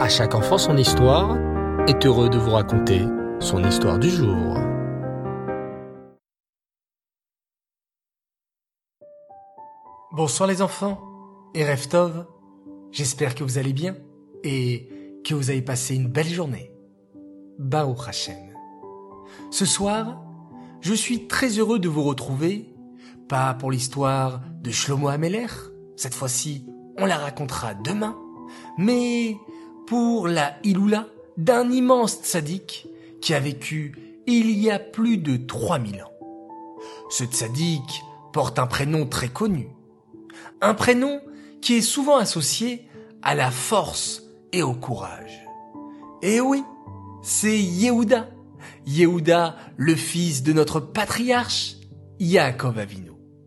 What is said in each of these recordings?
À chaque enfant son histoire est heureux de vous raconter son histoire du jour. Bonsoir les enfants et Erev Tov, j'espère que vous allez bien et que vous avez passé une belle journée. Baruch Hashem. Ce soir, je suis très heureux de vous retrouver, pas pour l'histoire de Shlomo HaMelech, cette fois-ci on la racontera demain, mais pour la Iloula d'un immense tzaddik qui a vécu il y a plus de 3000 ans. Ce tzaddik porte un prénom très connu, un prénom qui est souvent associé à la force et au courage. Et oui, c'est Yehuda. Yehuda, le fils de notre patriarche, Yaakov Avinu.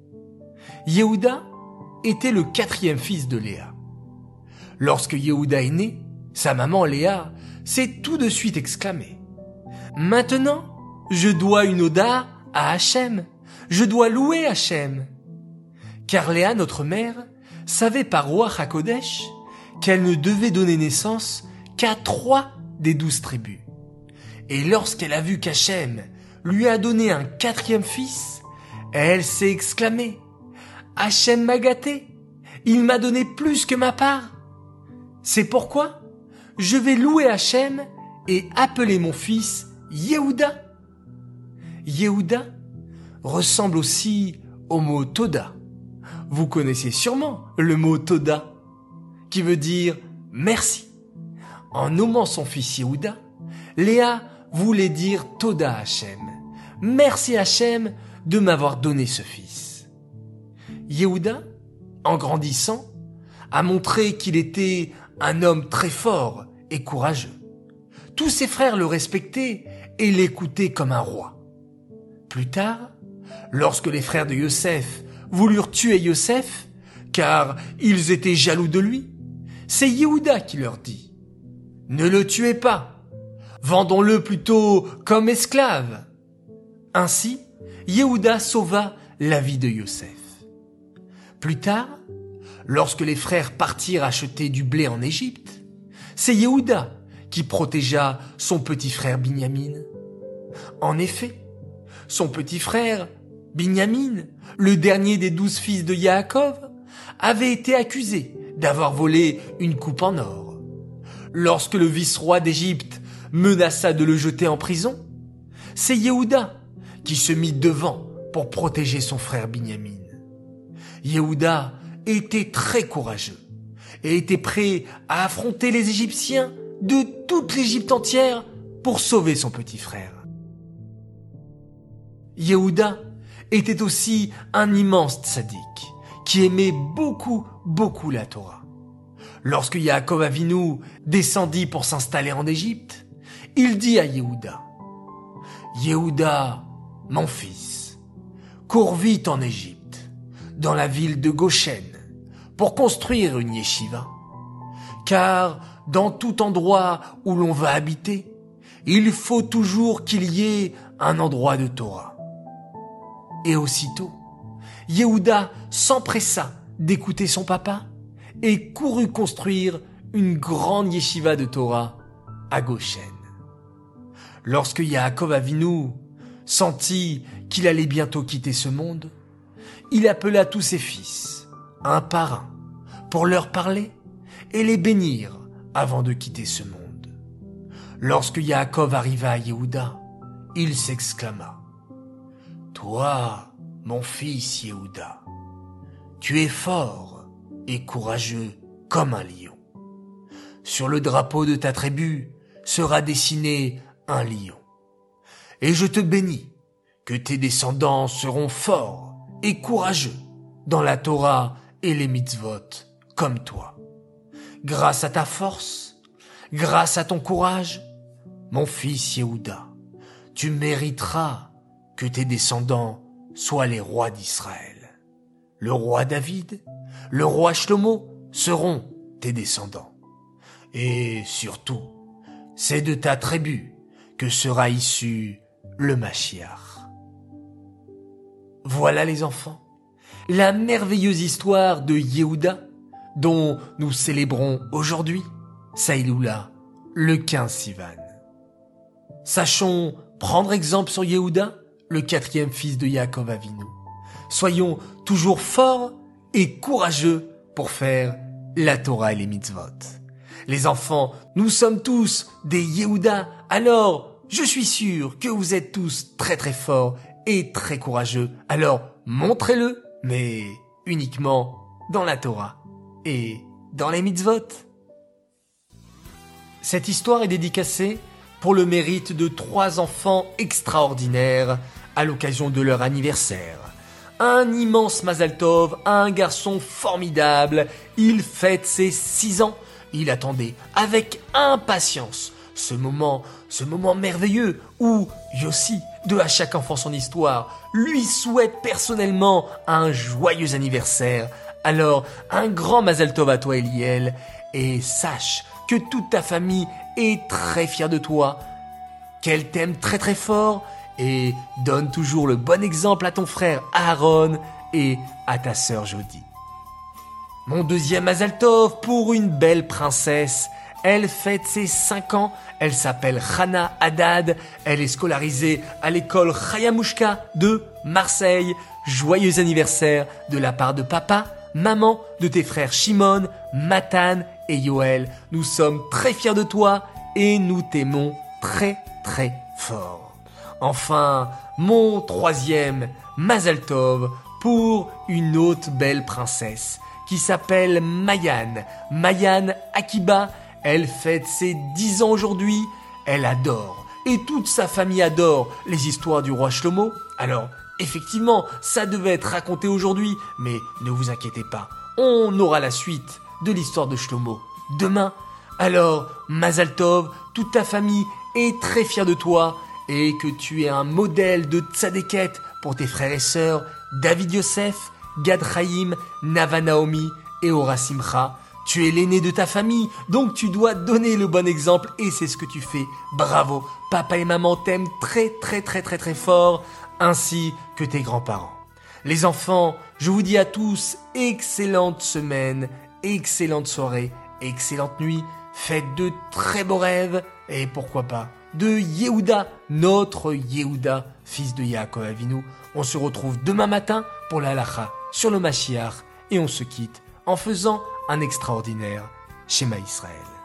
Yehuda était le 4e fils de Léa. Lorsque Yehuda est né, sa maman Léa s'est tout de suite exclamée: « Maintenant, je dois une oda à Hachem, je dois louer Hachem. » Car Léa, notre mère, savait par Ruach HaKodesh qu'elle ne devait donner naissance qu'à 3 des 12 tribus. Et lorsqu'elle a vu qu'Hachem lui a donné un 4e fils, elle s'est exclamée: « Hachem m'a gâté, il m'a donné plus que ma part. C'est pourquoi je vais louer Hachem et appeler mon fils Yehuda. » Yehuda ressemble aussi au mot Toda. Vous connaissez sûrement le mot Toda, qui veut dire merci. En nommant son fils Yehuda, Léa voulait dire Toda Hachem. Merci Hachem de m'avoir donné ce fils. Yehuda, en grandissant, a montré qu'il était un homme très fort et courageux. Tous ses frères le respectaient et l'écoutaient comme un roi. Plus tard, lorsque les frères de Yosef voulurent tuer Yosef, car ils étaient jaloux de lui, c'est Yehuda qui leur dit: « Ne le tuez pas, vendons-le plutôt comme esclave. » Ainsi, Yehuda sauva la vie de Yosef. Plus tard, lorsque les frères partirent acheter du blé en Égypte, c'est Yehuda qui protégea son petit frère Binyamin. En effet, son petit frère, Binyamin, le dernier des 12 fils de Yaakov, avait été accusé d'avoir volé une coupe en or. Lorsque le vice-roi d'Égypte menaça de le jeter en prison, c'est Yehuda qui se mit devant pour protéger son frère Binyamin. Yehuda était très courageux et était prêt à affronter les Égyptiens de toute l'Égypte entière pour sauver son petit frère. Yehuda était aussi un immense tzaddik qui aimait beaucoup la Torah. Lorsque Yaakov Avinu descendit pour s'installer en Égypte, il dit à Yehuda: « Yehuda, mon fils, cours vite en Égypte, dans la ville de Goshen, pour construire une yeshiva. Car dans tout endroit où l'on va habiter, il faut toujours qu'il y ait un endroit de Torah. » Et aussitôt, Yehuda s'empressa d'écouter son papa et courut construire une grande yeshiva de Torah à Goshen. Lorsque Yaakov Avinu sentit qu'il allait bientôt quitter ce monde, il appela tous ses fils, un par un, pour leur parler et les bénir avant de quitter ce monde. Lorsque Yaakov arriva à Yehuda, il s'exclama: « Toi, mon fils Yehuda, tu es fort et courageux comme un lion. Sur le drapeau de ta tribu sera dessiné un lion. Et je te bénis que tes descendants seront forts et courageux dans la Torah et les mitzvot comme toi. Grâce à ta force, grâce à ton courage, mon fils Yehuda, tu mériteras que tes descendants soient les rois d'Israël. Le roi David, le roi Shlomo seront tes descendants. Et surtout, c'est de ta tribu que sera issu le Mashiach. » Voilà les enfants, la merveilleuse histoire de Yehuda dont nous célébrons aujourd'hui Saïloula, le 15 Sivan. Sachons prendre exemple sur Yehuda, le 4e fils de Yaakov Avinu. Soyons toujours forts et courageux pour faire la Torah et les mitzvot. Les enfants, nous sommes tous des Yehuda, alors je suis sûr que vous êtes tous très très forts et très courageux. Alors montrez-le, mais uniquement dans la Torah et dans les mitzvot. Cette histoire est dédicacée pour le mérite de 3 enfants extraordinaires à l'occasion de leur anniversaire. Un immense Mazal Tov, un garçon formidable, il fête ses 6 ans. Il attendait avec impatience ce moment merveilleux où Yossi, de À chaque enfant son histoire, lui souhaite personnellement un joyeux anniversaire. Alors, un grand Mazal Tov à toi Eliel, et sache que toute ta famille est très fière de toi, qu'elle t'aime très très fort, et donne toujours le bon exemple à ton frère Aaron et à ta sœur Jody. Mon deuxième Mazal Tov pour une belle princesse. Elle fête ses 5 ans, elle s'appelle Hana Haddad, elle est scolarisée à l'école Chayamushka de Marseille. Joyeux anniversaire de la part de papa, maman, de tes frères Shimon, Matan et Yoel. Nous sommes très fiers de toi et nous t'aimons très très fort. Enfin, mon 3e Mazal Tov pour une autre belle princesse qui s'appelle Mayan Akiba. Elle fête ses 10 ans aujourd'hui. Elle adore, et toute sa famille adore, les histoires du roi Shlomo. Alors, effectivement, ça devait être raconté aujourd'hui, mais ne vous inquiétez pas, on aura la suite de l'histoire de Shlomo demain. Alors, Mazal Tov, toute ta famille est très fière de toi, et que tu es un modèle de tzadéket pour tes frères et sœurs David Yosef, Gad Chaim, Nava Naomi et Ora Simcha. Tu es l'aîné de ta famille, donc tu dois donner le bon exemple et c'est ce que tu fais. Bravo, papa et maman t'aiment très très très très très fort, ainsi que tes grands-parents. Les enfants, je vous dis à tous, excellente semaine, excellente soirée, excellente nuit, faites de très beaux rêves et pourquoi pas de Yehuda, notre Yehuda, fils de Yaakov Avinu. On se retrouve demain matin pour la halacha sur le Mashiach et on se quitte en faisant un extraordinaire Shema Israël.